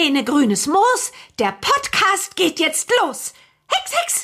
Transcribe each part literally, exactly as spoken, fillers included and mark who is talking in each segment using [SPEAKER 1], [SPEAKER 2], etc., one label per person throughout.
[SPEAKER 1] Mähne grünes Moos, der Podcast geht jetzt los. Hex, Hex!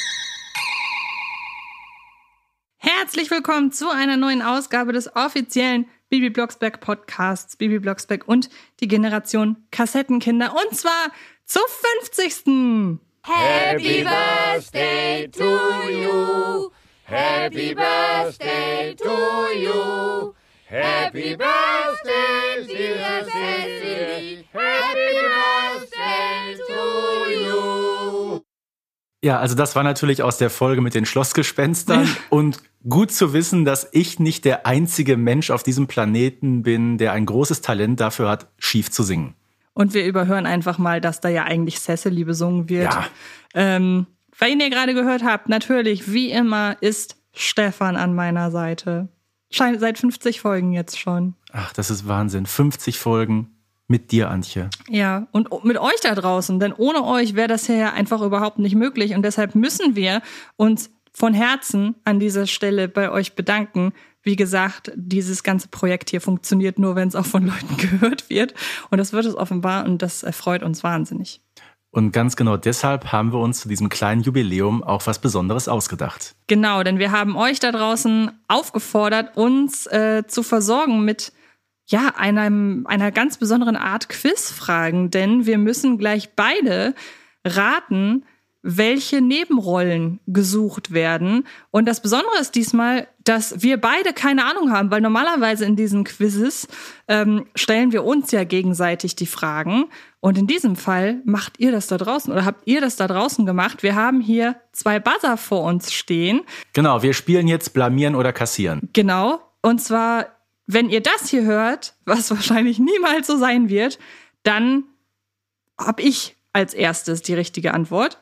[SPEAKER 2] Herzlich willkommen zu einer neuen Ausgabe des offiziellen Bibi Blocksberg Podcasts, Bibi Blocksberg und die Generation Kassettenkinder. Und zwar zur fünfzigsten
[SPEAKER 3] Happy Birthday to you. Happy Birthday to you. Happy Birthday, dear Cecily. Happy Birthday to you.
[SPEAKER 4] Ja, also das war natürlich aus der Folge mit den Schlossgespenstern und gut zu wissen, dass ich nicht der einzige Mensch auf diesem Planeten bin, der ein großes Talent dafür hat, schief zu singen.
[SPEAKER 2] Und wir überhören einfach mal, dass da ja eigentlich Cecily besungen wird.
[SPEAKER 4] Ja.
[SPEAKER 2] Ähm, weil ihr gerade gehört habt, natürlich, wie immer, ist Stefan an meiner Seite. Scheint seit fünfzig Folgen jetzt schon.
[SPEAKER 4] Ach, das ist Wahnsinn. fünfzig Folgen mit dir, Antje.
[SPEAKER 2] Ja, und mit euch da draußen. Denn ohne euch wäre das ja einfach überhaupt nicht möglich. Und deshalb müssen wir uns von Herzen an dieser Stelle bei euch bedanken. Wie gesagt, dieses ganze Projekt hier funktioniert nur, wenn es auch von Leuten gehört wird. Und das wird es offenbar und das erfreut uns wahnsinnig.
[SPEAKER 4] Und ganz genau deshalb haben wir uns zu diesem kleinen Jubiläum auch was Besonderes ausgedacht.
[SPEAKER 2] Genau, denn wir haben euch da draußen aufgefordert, uns äh, zu versorgen mit ja einem, einer ganz besonderen Art Quizfragen. Denn wir müssen gleich beide raten, welche Nebenrollen gesucht werden. Und das Besondere ist diesmal, dass wir beide keine Ahnung haben, weil normalerweise in diesen Quizzes ähm, stellen wir uns ja gegenseitig die Fragen. Und in diesem Fall macht ihr das da draußen oder habt ihr das da draußen gemacht. Wir haben hier zwei Buzzer vor uns stehen.
[SPEAKER 4] Genau, wir spielen jetzt Blamieren oder Kassieren.
[SPEAKER 2] Genau, und zwar, wenn ihr das hier hört, was wahrscheinlich niemals so sein wird, dann hab ich als erstes die richtige Antwort.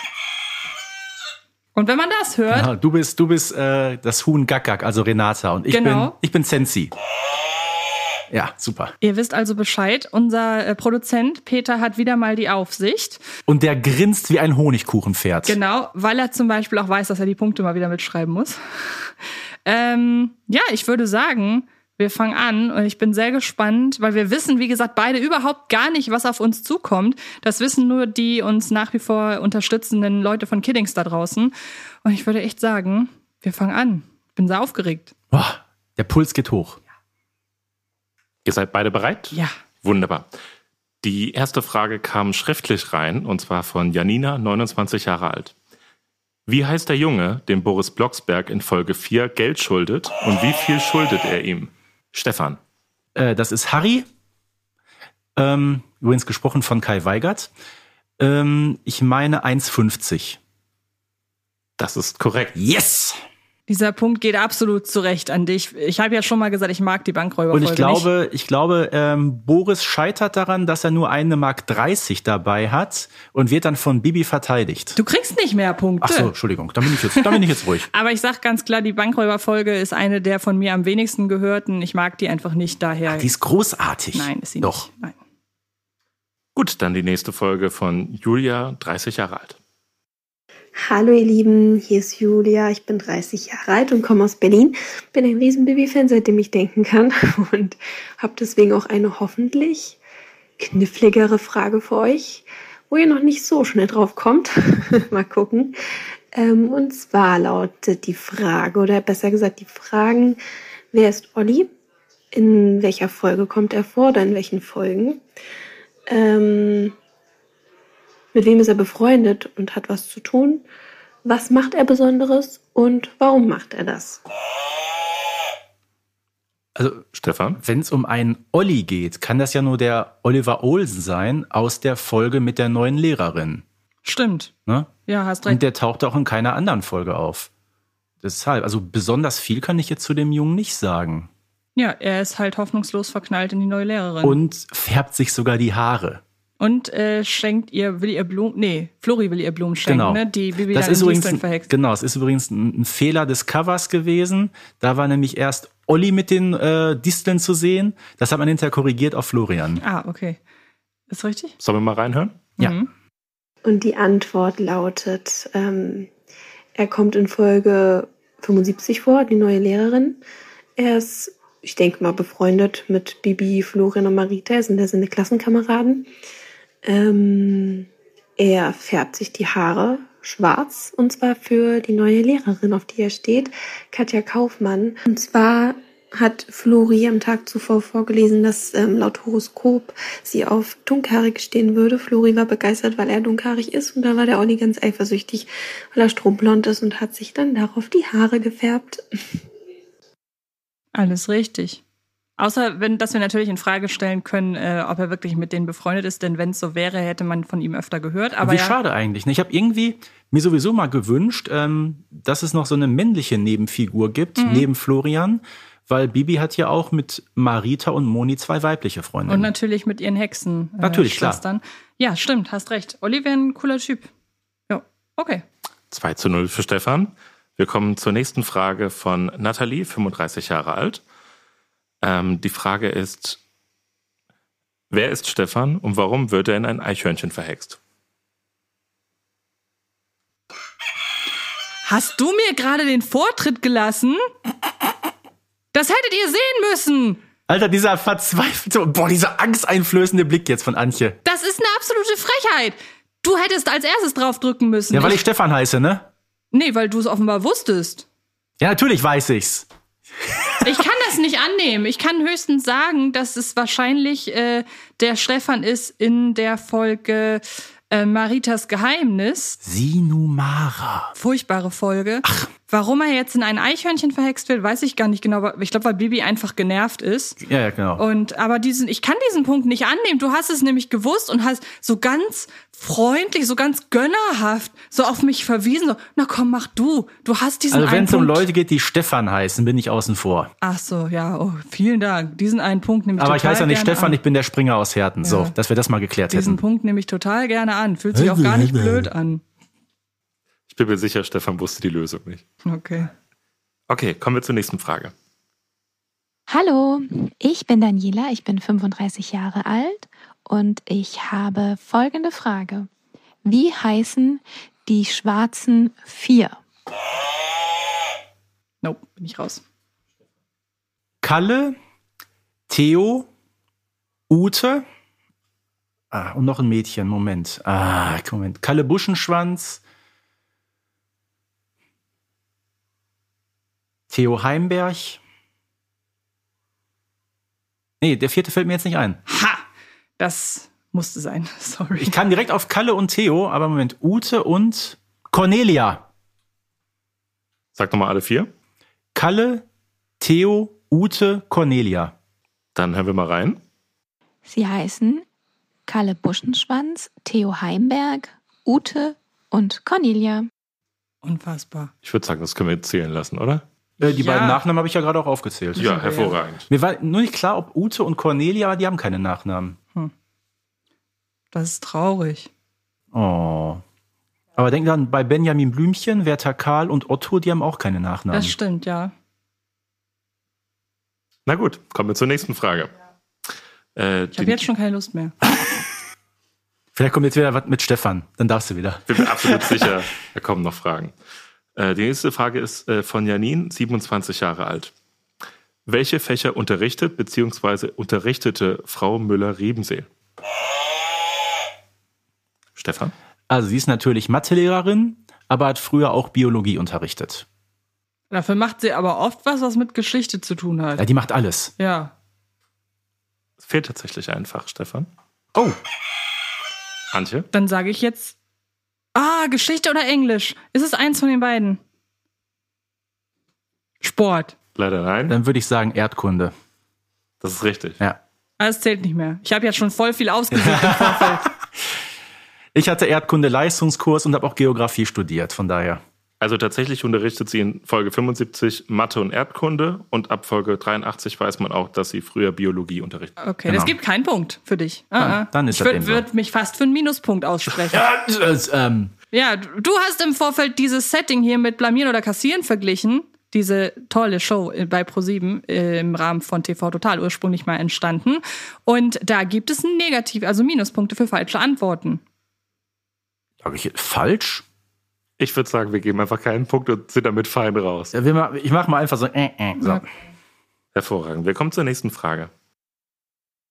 [SPEAKER 2] Und wenn man das hört...
[SPEAKER 4] Genau, du bist, du bist äh, das Huhn Gackak, also Renata. Und ich
[SPEAKER 2] Genau.
[SPEAKER 4] bin, ich bin Sensi. Ja, super.
[SPEAKER 2] Ihr wisst also Bescheid. Unser äh, Produzent Peter hat wieder mal die Aufsicht.
[SPEAKER 4] Und der grinst wie ein Honigkuchenpferd.
[SPEAKER 2] Genau, weil er zum Beispiel auch weiß, dass er die Punkte mal wieder mitschreiben muss. ähm, ja, ich würde sagen... Wir fangen an und ich bin sehr gespannt, weil wir wissen, wie gesagt, beide überhaupt gar nicht, was auf uns zukommt. Das wissen nur die uns nach wie vor unterstützenden Leute von Kiddings da draußen. Und ich würde echt sagen, wir fangen an. Ich bin sehr aufgeregt.
[SPEAKER 4] Boah, der Puls geht hoch.
[SPEAKER 5] Ihr seid beide bereit?
[SPEAKER 2] Ja.
[SPEAKER 5] Wunderbar. Die erste Frage kam schriftlich rein, und zwar von Janina, neunundzwanzig Jahre alt. Wie heißt der Junge, dem Boris Blocksberg in Folge vier Geld schuldet und wie viel schuldet er ihm? Stefan.
[SPEAKER 4] Äh, das ist Harry. Ähm, übrigens gesprochen von Kai Weigert. Ähm, ich meine eins fünfzig.
[SPEAKER 5] Das ist korrekt.
[SPEAKER 4] Yes!
[SPEAKER 2] Dieser Punkt geht absolut zurecht an dich. Ich habe ja schon mal gesagt, ich mag die Bankräuberfolge
[SPEAKER 4] Und ich glaube,
[SPEAKER 2] nicht.
[SPEAKER 4] ich glaube, ähm, Boris scheitert daran, dass er nur eine Mark dreißig dabei hat und wird dann von Bibi verteidigt.
[SPEAKER 2] Du kriegst nicht mehr Punkte.
[SPEAKER 4] Ach so, Entschuldigung, dann bin ich jetzt, dann bin ich jetzt ruhig.
[SPEAKER 2] Aber ich sag ganz klar, die Bankräuberfolge ist eine der von mir am wenigsten gehörten. Ich mag die einfach nicht, daher...
[SPEAKER 4] Ach, die ist großartig.
[SPEAKER 2] Nein, ist sie
[SPEAKER 4] Doch.
[SPEAKER 2] nicht. Nein.
[SPEAKER 5] Gut, dann die nächste Folge von Julia, dreißig Jahre alt.
[SPEAKER 6] Hallo ihr Lieben, hier ist Julia, ich bin dreißig Jahre alt und komme aus Berlin. Bin ein riesen Bibi-Fan, seitdem ich denken kann und habe deswegen auch eine hoffentlich kniffligere Frage für euch, wo ihr noch nicht so schnell drauf kommt. Mal gucken. Ähm, und zwar lautet die Frage, oder besser gesagt die Fragen, wer ist Olli? In welcher Folge kommt er vor oder in welchen Folgen? Ähm... Mit wem ist er befreundet und hat was zu tun? Was macht er Besonderes und warum macht er das?
[SPEAKER 4] Also,
[SPEAKER 5] Stefan?
[SPEAKER 4] wenn es um einen Olli geht, kann das ja nur der Oliver Olsen sein aus der Folge mit der neuen Lehrerin.
[SPEAKER 2] Stimmt.
[SPEAKER 4] Ne?
[SPEAKER 2] Ja, hast recht.
[SPEAKER 4] Und der taucht auch in keiner anderen Folge auf. Deshalb, also besonders viel kann ich jetzt zu dem Jungen nicht sagen.
[SPEAKER 2] Ja, er ist halt hoffnungslos verknallt in die neue Lehrerin.
[SPEAKER 4] Und färbt sich sogar die Haare.
[SPEAKER 2] Und äh, schenkt ihr, will ihr Blumen, nee, Flori will ihr Blumen schenken,
[SPEAKER 4] Genau.
[SPEAKER 2] ne? Die Bibi
[SPEAKER 4] Das
[SPEAKER 2] dann
[SPEAKER 4] ist
[SPEAKER 2] in
[SPEAKER 4] übrigens
[SPEAKER 2] Disteln
[SPEAKER 4] ein,
[SPEAKER 2] verhext.
[SPEAKER 4] genau, es ist übrigens ein, ein Fehler des Covers gewesen. Da war nämlich erst Olli mit den äh, Disteln zu sehen. Das hat man hinterher korrigiert auf Florian.
[SPEAKER 2] Ah, okay. Ist richtig?
[SPEAKER 5] Sollen wir mal reinhören?
[SPEAKER 4] Ja.
[SPEAKER 2] Mhm.
[SPEAKER 6] Und die Antwort lautet, ähm, er kommt in Folge fünfundsiebzig vor, die neue Lehrerin. Er ist, ich denke mal, befreundet mit Bibi, Florian und Marita. Er sind, er sind Klassenkameraden. Ähm, er färbt sich die Haare schwarz und zwar für die neue Lehrerin, auf die er steht, Katja Kaufmann. Und zwar hat Flori am Tag zuvor vorgelesen, dass ähm, laut Horoskop sie auf dunkelhaarig stehen würde. Flori war begeistert, weil er dunkelhaarig ist und da war der Olli ganz eifersüchtig, weil er strohblond ist und hat sich dann darauf die Haare gefärbt.
[SPEAKER 2] Alles richtig. Außer, wenn, dass wir natürlich in Frage stellen können, äh, ob er wirklich mit denen befreundet ist, denn wenn es so wäre, hätte man von ihm öfter gehört. Aber
[SPEAKER 4] Wie
[SPEAKER 2] ja,
[SPEAKER 4] schade eigentlich. Ne? Ich habe irgendwie mir sowieso mal gewünscht, ähm, dass es noch so eine männliche Nebenfigur gibt,
[SPEAKER 2] Mhm.
[SPEAKER 4] neben Florian, weil Bibi hat ja auch mit Marita und Moni zwei weibliche Freundinnen.
[SPEAKER 2] und natürlich mit ihren Hexen. Äh,
[SPEAKER 4] Natürlich, klar.
[SPEAKER 2] Schwestern. Ja, stimmt, hast recht. Olli wäre ein cooler Typ. Ja, okay.
[SPEAKER 5] zwei zu null für Stefan. Wir kommen zur nächsten Frage von Nathalie, fünfunddreißig Jahre alt. Ähm, die Frage ist, wer ist Stefan und warum wird er in ein Eichhörnchen verhext?
[SPEAKER 2] Hast du mir gerade den Vortritt gelassen? Das hättet ihr sehen müssen.
[SPEAKER 4] Alter, dieser verzweifelte, boah, dieser angsteinflößende Blick jetzt von Antje.
[SPEAKER 2] Das ist eine absolute Frechheit. Du hättest als erstes draufdrücken müssen.
[SPEAKER 4] Ja, weil ich Stefan heiße, ne?
[SPEAKER 2] Nee, weil du es offenbar wusstest.
[SPEAKER 4] Ja, natürlich weiß ich's.
[SPEAKER 2] Ich kann das nicht annehmen. Ich kann höchstens sagen, dass es wahrscheinlich äh, der Stefan ist in der Folge äh, Maritas Geheimnis.
[SPEAKER 4] Sinumara.
[SPEAKER 2] Furchtbare Folge. Ach. Warum er jetzt in ein Eichhörnchen verhext wird, weiß ich gar nicht genau. Aber ich glaube, weil Bibi einfach genervt ist.
[SPEAKER 4] Ja, ja, genau.
[SPEAKER 2] Und aber diesen, ich kann diesen Punkt nicht annehmen. Du hast es nämlich gewusst und hast so ganz freundlich, so ganz gönnerhaft so auf mich verwiesen. So, na komm, mach du. Du hast diesen
[SPEAKER 4] Also wenn
[SPEAKER 2] einen
[SPEAKER 4] es um
[SPEAKER 2] Punkt.
[SPEAKER 4] Leute geht, die Stefan heißen, bin ich außen vor.
[SPEAKER 2] Ach so, ja, oh, vielen Dank. Diesen einen Punkt nehme ich
[SPEAKER 4] Aber ich
[SPEAKER 2] total
[SPEAKER 4] heiße ja nicht
[SPEAKER 2] gerne
[SPEAKER 4] Stefan,
[SPEAKER 2] an.
[SPEAKER 4] ich bin der Springer aus Herten. So,
[SPEAKER 2] Ja.
[SPEAKER 4] dass wir das mal geklärt
[SPEAKER 2] Diesen
[SPEAKER 4] hätten.
[SPEAKER 2] Punkt nehme ich total gerne an. Fühlt sich auch gar nicht blöd an.
[SPEAKER 5] Ich bin mir sicher, Stefan wusste die Lösung nicht.
[SPEAKER 2] Okay.
[SPEAKER 5] Okay, kommen wir zur nächsten Frage.
[SPEAKER 7] Hallo, ich bin Daniela, ich bin fünfunddreißig Jahre alt und ich habe folgende Frage. Wie heißen die schwarzen Vier?
[SPEAKER 2] Nope, bin ich raus.
[SPEAKER 4] Kalle, Theo, Ute ah, und noch ein Mädchen. Moment. Ah, Moment. Kalle Buschenschwanz, Theo Heimberg. Nee, der vierte fällt mir jetzt nicht ein.
[SPEAKER 2] Ha! Das musste sein. Sorry.
[SPEAKER 4] Ich kam direkt auf Kalle und Theo, aber Moment. Ute und Cornelia.
[SPEAKER 5] Sag nochmal alle vier.
[SPEAKER 4] Kalle, Theo, Ute, Cornelia.
[SPEAKER 5] Dann hören wir mal rein.
[SPEAKER 7] Sie heißen Kalle Buschenschwanz, Theo Heimberg, Ute und Cornelia.
[SPEAKER 2] Unfassbar.
[SPEAKER 5] Ich würde sagen, das können wir jetzt zählen lassen, oder?
[SPEAKER 4] Äh, die
[SPEAKER 2] Ja.
[SPEAKER 4] beiden Nachnamen habe ich ja gerade auch aufgezählt.
[SPEAKER 5] Ja, hervorragend.
[SPEAKER 4] Mir war nur nicht klar, ob Ute und Cornelia, die haben keine Nachnamen.
[SPEAKER 2] Das ist traurig.
[SPEAKER 4] Oh. Aber denk dann, bei Benjamin Blümchen, Werther Karl und Otto, die haben auch keine Nachnamen.
[SPEAKER 2] Das stimmt, ja.
[SPEAKER 5] Na gut, kommen wir zur nächsten Frage. Äh,
[SPEAKER 2] Ich habe jetzt schon keine Lust mehr.
[SPEAKER 4] Vielleicht kommt jetzt wieder was mit Stefan, dann darfst du wieder.
[SPEAKER 5] Ich bin mir absolut sicher, da kommen noch Fragen. Äh, die nächste Frage ist äh, von Janine, siebenundzwanzig Jahre alt. Welche Fächer unterrichtet bzw. unterrichtete Frau Müller-Riebensee? Stefan?
[SPEAKER 4] Also sie ist natürlich Mathelehrerin, aber hat früher auch Biologie unterrichtet.
[SPEAKER 2] Dafür macht sie aber oft was, was mit Geschichte zu tun hat.
[SPEAKER 4] Ja, die macht alles.
[SPEAKER 2] Ja.
[SPEAKER 5] Es fehlt tatsächlich ein Fach, Stefan.
[SPEAKER 4] Oh,
[SPEAKER 5] Antje?
[SPEAKER 2] Dann sage ich jetzt. Ah, Geschichte oder Englisch? Ist es eins von den beiden? Sport.
[SPEAKER 5] Leider nein.
[SPEAKER 4] dann würde ich sagen Erdkunde.
[SPEAKER 5] Das ist richtig.
[SPEAKER 4] Ja.
[SPEAKER 2] Ah, das zählt nicht mehr. Ich habe jetzt schon voll viel ausgesucht im Vorfeld.
[SPEAKER 4] Ich hatte Erdkunde-Leistungskurs und habe auch Geografie studiert, von daher.
[SPEAKER 5] Also tatsächlich unterrichtet sie in Folge fünfundsiebzig Mathe und Erdkunde und ab Folge dreiundachtzig weiß man auch, dass sie früher Biologie unterrichtet.
[SPEAKER 2] Okay,
[SPEAKER 4] Genau.
[SPEAKER 2] das gibt keinen Punkt für dich. Ah,
[SPEAKER 4] Dann-
[SPEAKER 2] ah.
[SPEAKER 4] dann ist
[SPEAKER 2] ich
[SPEAKER 4] das
[SPEAKER 2] würd,
[SPEAKER 4] eben so.
[SPEAKER 2] würde mich fast für einen Minuspunkt aussprechen.
[SPEAKER 4] Ja, äh, ähm,
[SPEAKER 2] Ja, du du hast im Vorfeld dieses Setting hier mit Blamieren oder Kassieren verglichen. Diese tolle Show bei ProSieben äh, im Rahmen von T V Total ursprünglich mal entstanden. Und da gibt es negativ, also Minuspunkte für falsche Antworten.
[SPEAKER 4] sag ich falsch?
[SPEAKER 5] Ich würde sagen, wir geben einfach keinen Punkt und sind damit fein raus.
[SPEAKER 4] Ja, wir ma- ich mache mal einfach so. Äh, äh, so.
[SPEAKER 2] Ja.
[SPEAKER 5] Hervorragend. Wir kommen zur nächsten Frage.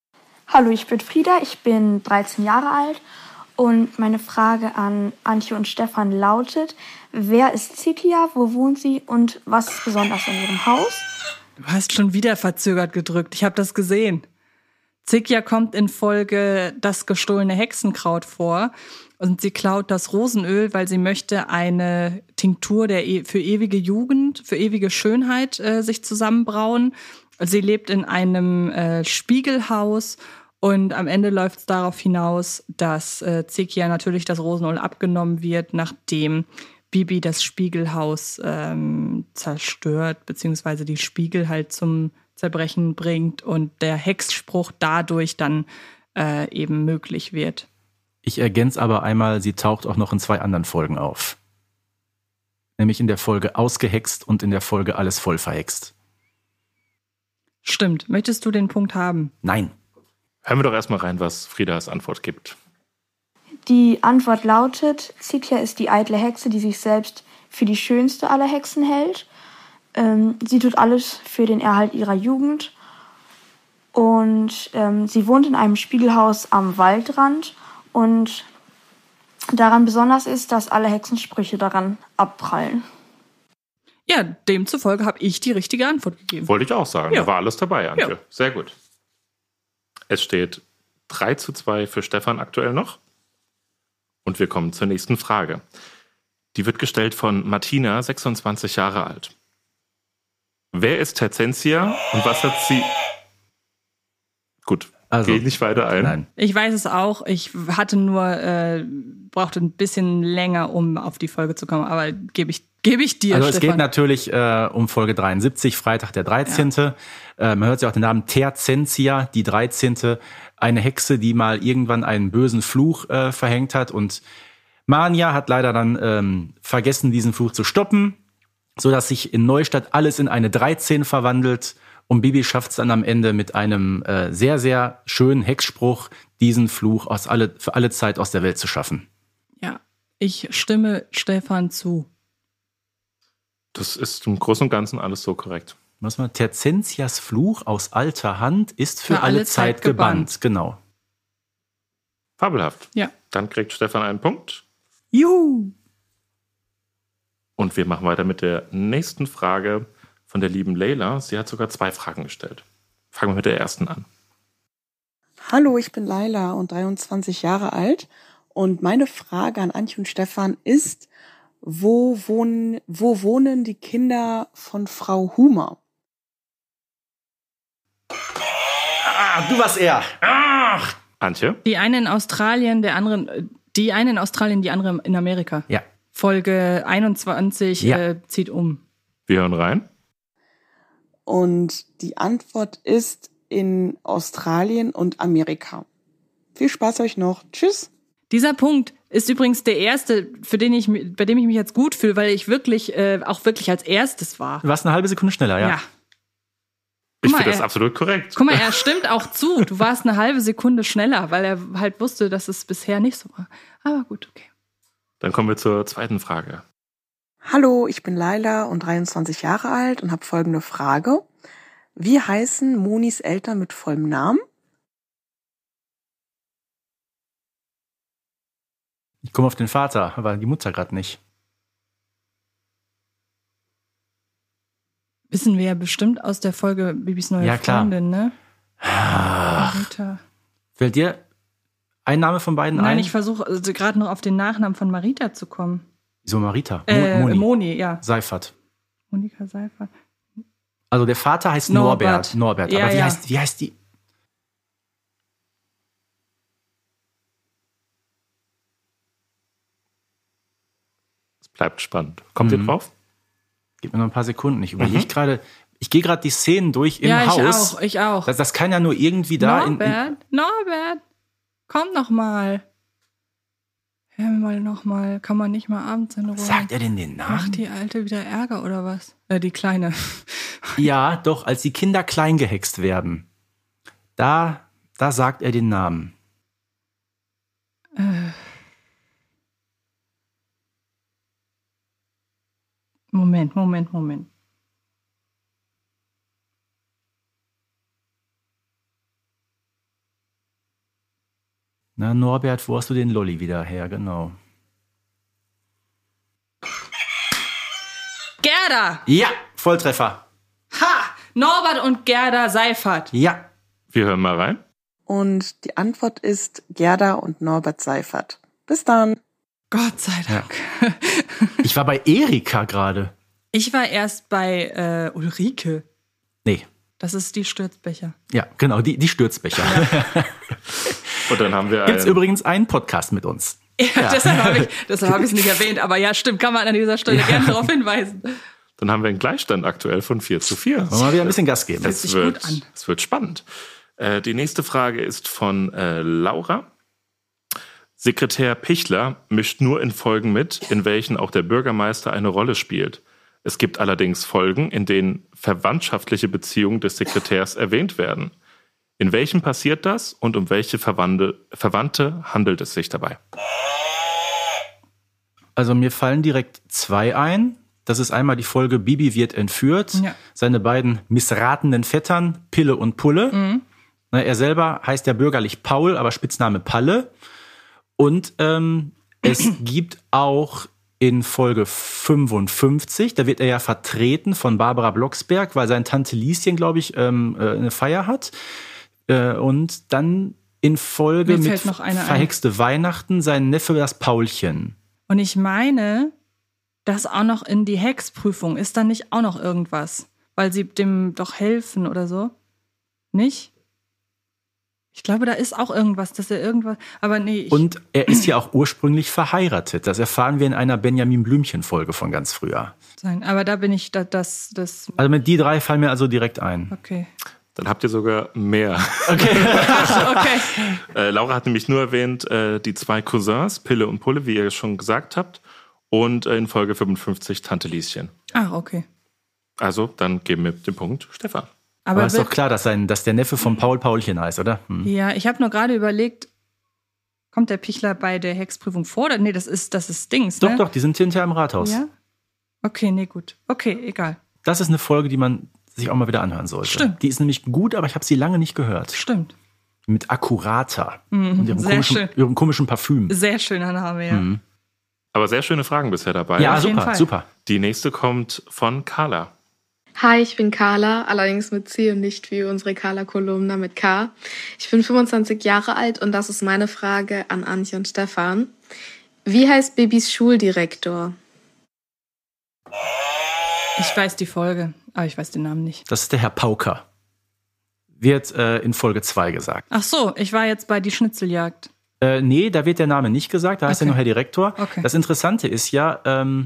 [SPEAKER 8] Hallo, ich bin Frieda, ich bin dreizehn Jahre alt und meine Frage an Antje und Stefan lautet, wer ist Zikia, wo wohnt sie und was ist besonders an ihrem Haus?
[SPEAKER 2] Du hast schon wieder verzögert gedrückt, ich habe das gesehen. Zikia kommt in Folge Das gestohlene Hexenkraut vor und sie klaut das Rosenöl, weil sie möchte eine Tinktur der e- für ewige Jugend, für ewige Schönheit äh, sich zusammenbrauen. Sie lebt in einem äh, Spiegelhaus und am Ende läuft es darauf hinaus, dass äh, Zikia natürlich das Rosenöl abgenommen wird, nachdem Bibi das Spiegelhaus ähm, zerstört, beziehungsweise die Spiegel halt zum Zerbrechen bringt und der Hexspruch dadurch dann äh, eben möglich wird.
[SPEAKER 4] Ich ergänze aber einmal, sie taucht auch noch in zwei anderen Folgen auf. Nämlich in der Folge Ausgehext und in der Folge Alles voll verhext.
[SPEAKER 2] Stimmt. Möchtest du den Punkt haben?
[SPEAKER 4] Nein.
[SPEAKER 5] Hören wir doch erstmal rein, was Frieda als Antwort gibt.
[SPEAKER 8] Die Antwort lautet, Zikia ist die eitle Hexe, die sich selbst für die schönste aller Hexen hält. Ähm, sie tut alles für den Erhalt ihrer Jugend. Und ähm, sie wohnt in einem Spiegelhaus am Waldrand. Und daran besonders ist, dass alle Hexensprüche daran abprallen.
[SPEAKER 2] Ja, demzufolge habe ich die richtige Antwort gegeben.
[SPEAKER 5] Wollte ich auch sagen.
[SPEAKER 2] Ja.
[SPEAKER 5] Da war alles dabei, Antje.
[SPEAKER 2] Ja.
[SPEAKER 5] Sehr gut. Es steht drei zu zwei für Stefan aktuell noch. Und wir kommen zur nächsten Frage. Die wird gestellt von Martina, sechsundzwanzig Jahre alt. Wer ist Terzentia und was hat sie... Gut,
[SPEAKER 4] Also,
[SPEAKER 5] gehe ich nicht weiter ein.
[SPEAKER 4] Nein.
[SPEAKER 2] Ich weiß es auch. Ich hatte nur, äh, brauchte ein bisschen länger, um auf die Folge zu kommen. Aber gebe ich, gebe ich dir,
[SPEAKER 4] Also es
[SPEAKER 2] Stefan.
[SPEAKER 4] geht natürlich äh, um Folge dreiundsiebzig, Freitag der dreizehnte. Ja. Äh, man hört ja auch den Namen Terzentia, die dreizehnte. Eine Hexe, die mal irgendwann einen bösen Fluch äh, verhängt hat. Und Mania hat leider dann ähm, vergessen, diesen Fluch zu stoppen, sodass sich in Neustadt alles in eine dreizehn verwandelt. Und Bibi schafft es dann am Ende mit einem äh, sehr, sehr schönen Hexspruch, diesen Fluch aus alle, für alle Zeit aus der Welt zu schaffen.
[SPEAKER 2] Ja, ich stimme Stefan zu.
[SPEAKER 5] Das ist im Großen und Ganzen alles so korrekt.
[SPEAKER 4] Was mal, Terzentias Fluch aus alter Hand ist für,
[SPEAKER 2] Für
[SPEAKER 4] alle,
[SPEAKER 2] alle
[SPEAKER 4] Zeit,
[SPEAKER 2] Zeit
[SPEAKER 4] gebannt. Genau.
[SPEAKER 5] Fabelhaft.
[SPEAKER 2] Ja.
[SPEAKER 5] Dann kriegt Stefan einen Punkt.
[SPEAKER 2] Juhu!
[SPEAKER 5] Und wir machen weiter mit der nächsten Frage von der lieben Leila. Sie hat sogar zwei Fragen gestellt. Fangen wir mit der ersten an.
[SPEAKER 9] Hallo, ich bin Laila und dreiundzwanzig Jahre alt. Und meine Frage an Antje und Stefan ist, wo wohnen, wo wohnen die Kinder von Frau Humer?
[SPEAKER 4] Ah, du warst er. Ach.
[SPEAKER 5] Antje?
[SPEAKER 2] Die eine in Australien, der andere, die eine in Australien, die andere in Amerika.
[SPEAKER 4] Ja.
[SPEAKER 2] Folge einundzwanzig
[SPEAKER 4] Ja.
[SPEAKER 2] äh, zieht um.
[SPEAKER 5] Wir hören rein.
[SPEAKER 9] Und die Antwort ist in Australien und Amerika. Viel Spaß euch noch. Tschüss.
[SPEAKER 2] Dieser Punkt ist übrigens der erste, für den ich, mi- bei dem ich mich jetzt gut fühle, weil ich wirklich, äh, auch wirklich als erstes war.
[SPEAKER 4] Du warst eine halbe Sekunde schneller, ja.
[SPEAKER 2] Ja.
[SPEAKER 5] Ich
[SPEAKER 2] mal,
[SPEAKER 5] finde das
[SPEAKER 2] er-
[SPEAKER 5] absolut korrekt.
[SPEAKER 2] Guck mal, er stimmt auch zu. Du warst eine halbe Sekunde schneller, weil er halt wusste, dass es bisher nicht so war. Aber gut, okay.
[SPEAKER 5] Dann kommen wir zur zweiten Frage.
[SPEAKER 9] Hallo, ich bin Laila und dreiundzwanzig Jahre alt und habe folgende Frage. Wie heißen Monis Eltern mit vollem Namen?
[SPEAKER 4] Ich komme auf den Vater, aber die Mutter gerade nicht.
[SPEAKER 2] Wissen wir ja bestimmt aus der Folge Bibis neue
[SPEAKER 4] Ja, klar.
[SPEAKER 2] Freundin, ne?
[SPEAKER 4] Ach.
[SPEAKER 2] Marita.
[SPEAKER 4] Fällt dir ein Name von beiden
[SPEAKER 2] Nein,
[SPEAKER 4] ein?
[SPEAKER 2] ich versuche also gerade noch auf den Nachnamen von Marita zu kommen.
[SPEAKER 4] Wieso Marita? Mo-
[SPEAKER 2] Äh,
[SPEAKER 4] Moni.
[SPEAKER 2] Moni, ja.
[SPEAKER 4] Seifert.
[SPEAKER 2] Monika Seifert.
[SPEAKER 4] Also der Vater heißt
[SPEAKER 2] Norbert.
[SPEAKER 4] Norbert. Norbert.
[SPEAKER 2] Ja,
[SPEAKER 4] Aber wie,
[SPEAKER 2] ja.
[SPEAKER 4] heißt, wie heißt die?
[SPEAKER 5] Es bleibt spannend. Kommt ihr
[SPEAKER 4] Mhm.
[SPEAKER 5] drauf?
[SPEAKER 4] Gib mir noch ein paar Sekunden. Ich überlege
[SPEAKER 5] Mhm.
[SPEAKER 4] gerade, ich gehe gerade die Szenen durch im
[SPEAKER 2] ja, ich
[SPEAKER 4] Haus.
[SPEAKER 2] auch, ich auch.
[SPEAKER 4] Das, das kann ja nur irgendwie da in, in,
[SPEAKER 2] Norbert, Norbert, komm noch mal. Hör mir mal noch mal. Kann man nicht mal abends in Ruhe.
[SPEAKER 4] Sagt er denn den Namen?
[SPEAKER 2] Macht die Alte wieder Ärger oder was? Äh, die Kleine.
[SPEAKER 4] Ja, doch, als die Kinder klein gehext werden. Da, da sagt er den Namen.
[SPEAKER 2] Äh. Moment, Moment, Moment.
[SPEAKER 4] Na, Norbert, wo hast du den Lolli wieder her? Genau.
[SPEAKER 2] Gerda!
[SPEAKER 4] Ja, Volltreffer.
[SPEAKER 2] Ha! Norbert und Gerda Seifert.
[SPEAKER 4] Ja.
[SPEAKER 5] Wir hören mal rein.
[SPEAKER 9] Und die Antwort ist Gerda und Norbert Seifert. Bis dann.
[SPEAKER 2] Gott sei Dank.
[SPEAKER 4] Ja. Ich war bei Erika gerade.
[SPEAKER 2] Ich war erst bei äh, Ulrike.
[SPEAKER 4] Nee.
[SPEAKER 2] Das ist die Stürzbecher.
[SPEAKER 4] Ja, genau, die, die Stürzbecher. Ja.
[SPEAKER 5] Und dann haben wir
[SPEAKER 4] Gibt's
[SPEAKER 5] einen,
[SPEAKER 4] übrigens einen Podcast mit uns.
[SPEAKER 2] Ja, ja. deshalb habe ich deshalb hab ich es nicht erwähnt. Aber ja, stimmt, kann man an dieser Stelle
[SPEAKER 4] Ja.
[SPEAKER 2] gerne darauf hinweisen.
[SPEAKER 5] dann haben wir einen Gleichstand aktuell von vier zu vier.
[SPEAKER 4] Wollen wir mal wieder ein bisschen Gas geben.
[SPEAKER 2] Fühlt
[SPEAKER 5] Es
[SPEAKER 2] sich
[SPEAKER 5] wird,
[SPEAKER 2] gut an.
[SPEAKER 5] es wird spannend. Äh, die nächste Frage ist von äh, Laura. Sekretär Pichler mischt nur in Folgen mit, in welchen auch der Bürgermeister eine Rolle spielt. Es gibt allerdings Folgen, in denen verwandtschaftliche Beziehungen des Sekretärs erwähnt werden. In welchem passiert das und um welche Verwandte, Verwandte handelt es sich dabei?
[SPEAKER 4] Also mir fallen direkt zwei ein. Das ist einmal die Folge Bibi wird entführt.
[SPEAKER 2] Ja.
[SPEAKER 4] Seine beiden missratenen Vettern, Pille und Pulle.
[SPEAKER 2] Mhm.
[SPEAKER 4] Na, er selber heißt ja bürgerlich Paul, aber Spitzname Palle. Und ähm, es gibt auch in Folge fünfundfünfzig, da wird er ja vertreten von Barbara Blocksberg, weil sein Tante Lieschen, glaube ich, ähm, äh, eine Feier hat. Äh, und dann in Folge
[SPEAKER 2] Mir
[SPEAKER 4] mit
[SPEAKER 2] fällt noch eine ein.
[SPEAKER 4] Verhexte Weihnachten sein Neffe, das Paulchen.
[SPEAKER 2] Und ich meine, das auch noch in die Hexprüfung. Ist da nicht auch noch irgendwas? Weil sie dem doch helfen oder so? Nicht? Ich glaube, da ist auch irgendwas, dass er irgendwas. Aber nee. Ich,
[SPEAKER 4] Und er ist ja auch ursprünglich verheiratet. Das erfahren wir in einer Benjamin Blümchen-Folge von ganz früher.
[SPEAKER 2] sein. Aber da bin ich, da, das, das.
[SPEAKER 4] Also mit die drei fallen mir also direkt ein.
[SPEAKER 2] Okay.
[SPEAKER 5] Dann habt ihr sogar mehr.
[SPEAKER 4] Okay.
[SPEAKER 2] Okay.
[SPEAKER 5] Äh, Laura hat nämlich nur erwähnt, äh, die zwei Cousins, Pille und Pulle, wie ihr schon gesagt habt. Und äh, in Folge fünfundfünfzig Tante Lieschen.
[SPEAKER 2] Ah, okay.
[SPEAKER 5] Also, dann geben wir den Punkt Stefan.
[SPEAKER 4] Aber,
[SPEAKER 2] Aber
[SPEAKER 4] ist doch klar, dass, sein, dass der Neffe von Paul Paulchen heißt, oder? Hm.
[SPEAKER 2] ja, ich habe nur gerade überlegt, kommt der Pichler bei der Hexprüfung vor? Oder? Nee, das ist, das ist Dings,
[SPEAKER 4] Doch,
[SPEAKER 2] ne?
[SPEAKER 4] doch, die sind hinterher im Rathaus.
[SPEAKER 2] Ja? Okay, nee, gut. Okay, egal.
[SPEAKER 4] Das ist eine Folge, die man sich auch mal wieder anhören sollte.
[SPEAKER 2] Stimmt.
[SPEAKER 4] Die ist nämlich gut, aber ich habe sie lange nicht gehört.
[SPEAKER 2] Stimmt.
[SPEAKER 4] Mit Accurata. Und ihrem
[SPEAKER 2] sehr
[SPEAKER 4] komischen,
[SPEAKER 2] schön.
[SPEAKER 4] ihrem komischen Parfüm.
[SPEAKER 2] Sehr schöner Name, ja.
[SPEAKER 4] Mhm.
[SPEAKER 5] Aber sehr schöne Fragen bisher dabei.
[SPEAKER 4] Ja,
[SPEAKER 2] auf jeden
[SPEAKER 4] super,
[SPEAKER 2] Fall.
[SPEAKER 4] super.
[SPEAKER 5] Die nächste kommt von Carla.
[SPEAKER 10] Hi, ich bin Carla, allerdings mit C und nicht wie unsere Carla-Kolumna mit K. Ich bin fünfundzwanzig Jahre alt und das ist meine Frage an Antje und Stefan. Wie heißt Bibis Schuldirektor?
[SPEAKER 2] Ich weiß die Folge, aber ich weiß den Namen nicht.
[SPEAKER 4] Das ist der Herr Pauker. Wird äh, in Folge zwei gesagt.
[SPEAKER 2] Ach so, ich war jetzt bei die Schnitzeljagd.
[SPEAKER 4] Äh, nee, da wird der Name nicht gesagt, da heißt
[SPEAKER 2] Okay.
[SPEAKER 4] er nur Herr Direktor.
[SPEAKER 2] Okay.
[SPEAKER 4] Das Interessante ist ja, ähm,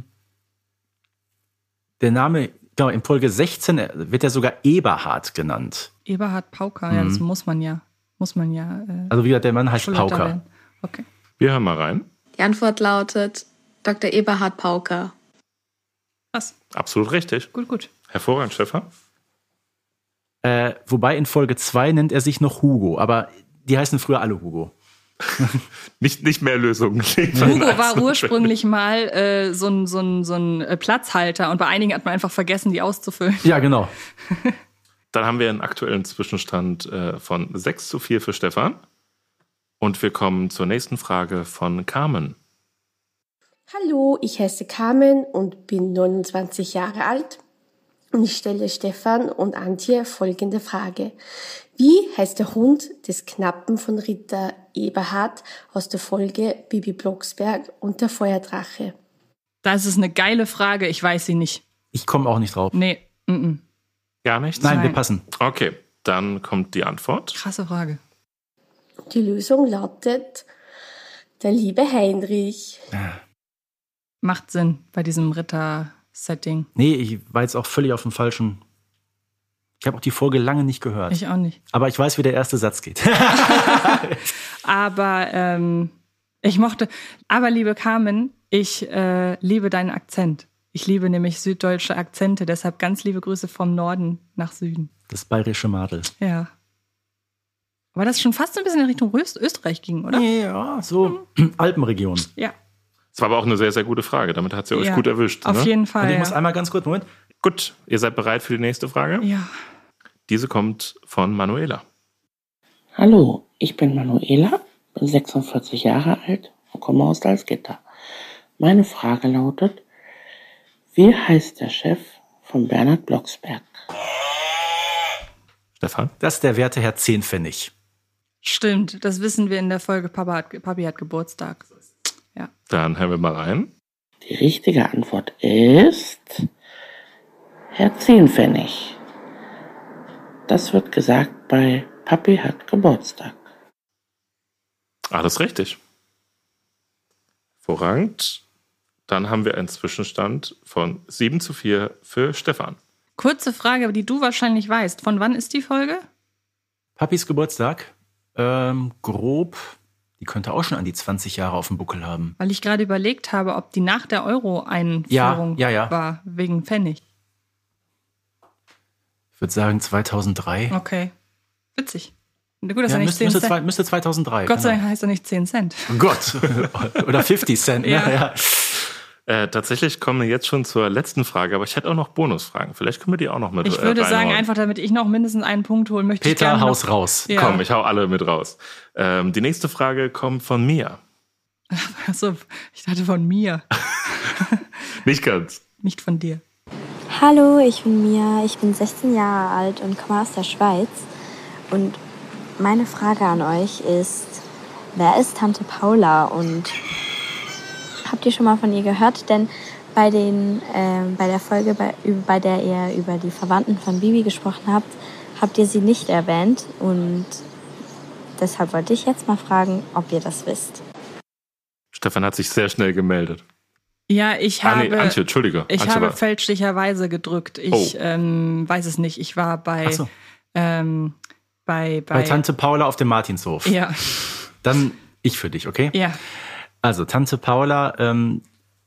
[SPEAKER 4] der Name, genau, in Folge sechzehn wird er sogar Eberhard genannt.
[SPEAKER 2] Eberhard Pauker, ja, das muss man ja. Muss man ja. Äh,
[SPEAKER 4] Also wie gesagt, der Mann heißt
[SPEAKER 2] Schulleiter
[SPEAKER 4] Pauker.
[SPEAKER 2] werden. Okay.
[SPEAKER 5] Wir hören mal rein.
[SPEAKER 10] Die Antwort lautet Doktor Eberhard Pauker.
[SPEAKER 2] Krass.
[SPEAKER 5] Absolut richtig.
[SPEAKER 2] Gut, gut.
[SPEAKER 5] Hervorragend, Stefan.
[SPEAKER 4] Äh, wobei in Folge zwei nennt er sich noch Hugo, aber die heißen früher alle Hugo.
[SPEAKER 5] Nicht, nicht mehr Lösungen.
[SPEAKER 2] Hugo war ursprünglich mal äh, so ein, so ein, so ein äh, Platzhalter und bei einigen hat man einfach vergessen, die auszufüllen.
[SPEAKER 4] Ja, genau.
[SPEAKER 5] Dann haben wir einen aktuellen Zwischenstand äh, von sechs zu vier für Stefan. Und wir kommen zur nächsten Frage von Carmen.
[SPEAKER 11] Hallo, ich heiße Carmen und bin neunundzwanzig Jahre alt. Und ich stelle Stefan und Antje folgende Frage. Wie heißt der Hund des Knappen von Ritter Eberhard aus der Folge Bibi Blocksberg und der Feuerdrache?
[SPEAKER 2] Das ist eine geile Frage, ich weiß sie nicht.
[SPEAKER 4] Ich komme auch nicht drauf.
[SPEAKER 2] Nee, mm -mm.
[SPEAKER 5] Gar nichts?
[SPEAKER 4] Nein,
[SPEAKER 2] Nein.
[SPEAKER 4] wir passen.
[SPEAKER 5] Okay, dann kommt die Antwort.
[SPEAKER 2] Krasse Frage.
[SPEAKER 11] Die Lösung lautet der liebe Heinrich.
[SPEAKER 2] Macht Sinn bei diesem Ritter-Setting.
[SPEAKER 4] Nee, ich war jetzt auch völlig auf dem falschen. Ich habe auch die Folge lange nicht gehört.
[SPEAKER 2] Ich auch nicht.
[SPEAKER 4] Aber ich weiß, wie der erste Satz geht.
[SPEAKER 2] Aber ähm, ich mochte, aber liebe Carmen, ich äh, liebe deinen Akzent. Ich liebe nämlich süddeutsche Akzente, deshalb ganz liebe Grüße vom Norden nach Süden.
[SPEAKER 4] Das bayerische Madel.
[SPEAKER 2] Ja. Aber das schon fast so ein bisschen in Richtung Öst Österreich ging, oder?
[SPEAKER 4] Ja, so Alpenregion.
[SPEAKER 2] Ja.
[SPEAKER 5] Es war aber auch eine sehr, sehr gute Frage. Damit hat sie euch
[SPEAKER 2] Ja,
[SPEAKER 5] gut erwischt.
[SPEAKER 2] Auf
[SPEAKER 5] ne?
[SPEAKER 2] jeden Fall.
[SPEAKER 4] Und ich
[SPEAKER 2] ja.
[SPEAKER 4] muss einmal ganz kurz, Moment.
[SPEAKER 5] Gut, ihr seid bereit für die nächste Frage?
[SPEAKER 2] Ja.
[SPEAKER 5] Diese kommt von Manuela.
[SPEAKER 12] Hallo, ich bin Manuela, bin sechsundvierzig Jahre alt und komme aus Salzgitter. Meine Frage lautet, wie heißt der Chef von Bernhard Blocksberg?
[SPEAKER 5] Stefan?
[SPEAKER 4] Das ist der werte Herr Zehnpfennig.
[SPEAKER 2] Stimmt, das wissen wir in der Folge Papa hat, Papi hat Geburtstag. Ja.
[SPEAKER 5] Dann hören wir mal rein.
[SPEAKER 12] Die richtige Antwort ist Herr Zehnpfennig. Das wird gesagt bei Papi hat Geburtstag.
[SPEAKER 5] Alles richtig. Hervorragend. Dann haben wir einen Zwischenstand von sieben zu vier für Stefan.
[SPEAKER 2] Kurze Frage, die du wahrscheinlich weißt. Von wann ist die Folge?
[SPEAKER 4] Papis Geburtstag? Ähm, grob, die könnte auch schon an die zwanzig Jahre auf dem Buckel haben.
[SPEAKER 2] Weil ich gerade überlegt habe, ob die nach der Euro-Einführung
[SPEAKER 4] ja, ja, ja.
[SPEAKER 2] war, wegen Pfennig.
[SPEAKER 4] Ich würde sagen zweitausenddrei.
[SPEAKER 2] Okay, witzig. Gut, dass
[SPEAKER 4] ja,
[SPEAKER 2] er nicht
[SPEAKER 4] müsste,
[SPEAKER 2] zehn
[SPEAKER 4] müsste,
[SPEAKER 2] Cent.
[SPEAKER 4] zwei, müsste zweitausenddrei.
[SPEAKER 2] Gott sei
[SPEAKER 4] genau.
[SPEAKER 2] Dank heißt er nicht zehn Cent.
[SPEAKER 4] Oh Gott, oder fünfzig Cent. Ne?
[SPEAKER 2] Ja.
[SPEAKER 4] Ja.
[SPEAKER 5] Äh, tatsächlich kommen wir jetzt schon zur letzten Frage, aber ich hätte auch noch Bonusfragen. Vielleicht können wir die auch noch mit
[SPEAKER 2] Ich würde
[SPEAKER 5] äh,
[SPEAKER 2] sagen,
[SPEAKER 5] reinhauen.
[SPEAKER 2] einfach damit ich noch mindestens einen Punkt holen möchte.
[SPEAKER 4] Peter,
[SPEAKER 2] ich gerne
[SPEAKER 4] haus
[SPEAKER 2] noch,
[SPEAKER 4] raus.
[SPEAKER 2] Ja.
[SPEAKER 5] Komm, ich hau alle mit raus. Ähm, die nächste Frage kommt von Mia.
[SPEAKER 2] Achso, ich dachte von mir.
[SPEAKER 5] Nicht ganz.
[SPEAKER 2] Nicht von dir.
[SPEAKER 13] Hallo, ich bin Mia, ich bin sechzehn Jahre alt und komme aus der Schweiz. Und meine Frage an euch ist, wer ist Tante Paula und habt ihr schon mal von ihr gehört? Denn bei, den, äh, bei der Folge, bei, bei der ihr über die Verwandten von Bibi gesprochen habt, habt ihr sie nicht erwähnt. Und deshalb wollte ich jetzt mal fragen, ob ihr das wisst.
[SPEAKER 5] Stefan hat sich sehr schnell gemeldet.
[SPEAKER 2] Ja, ich
[SPEAKER 5] Ah,
[SPEAKER 2] habe,
[SPEAKER 5] nee, Antje, Entschuldige.
[SPEAKER 2] ich
[SPEAKER 5] Antje
[SPEAKER 2] habe
[SPEAKER 5] war-
[SPEAKER 2] fälschlicherweise gedrückt. Ich
[SPEAKER 5] Oh.
[SPEAKER 2] ähm, weiß es nicht. Ich war bei,
[SPEAKER 4] Ach so.
[SPEAKER 2] ähm, bei, bei,
[SPEAKER 4] Bei Tante Paula auf dem Martinshof.
[SPEAKER 2] Ja,
[SPEAKER 4] Dann ich für dich, okay?
[SPEAKER 2] ja.
[SPEAKER 4] Also Tante Paula, ähm,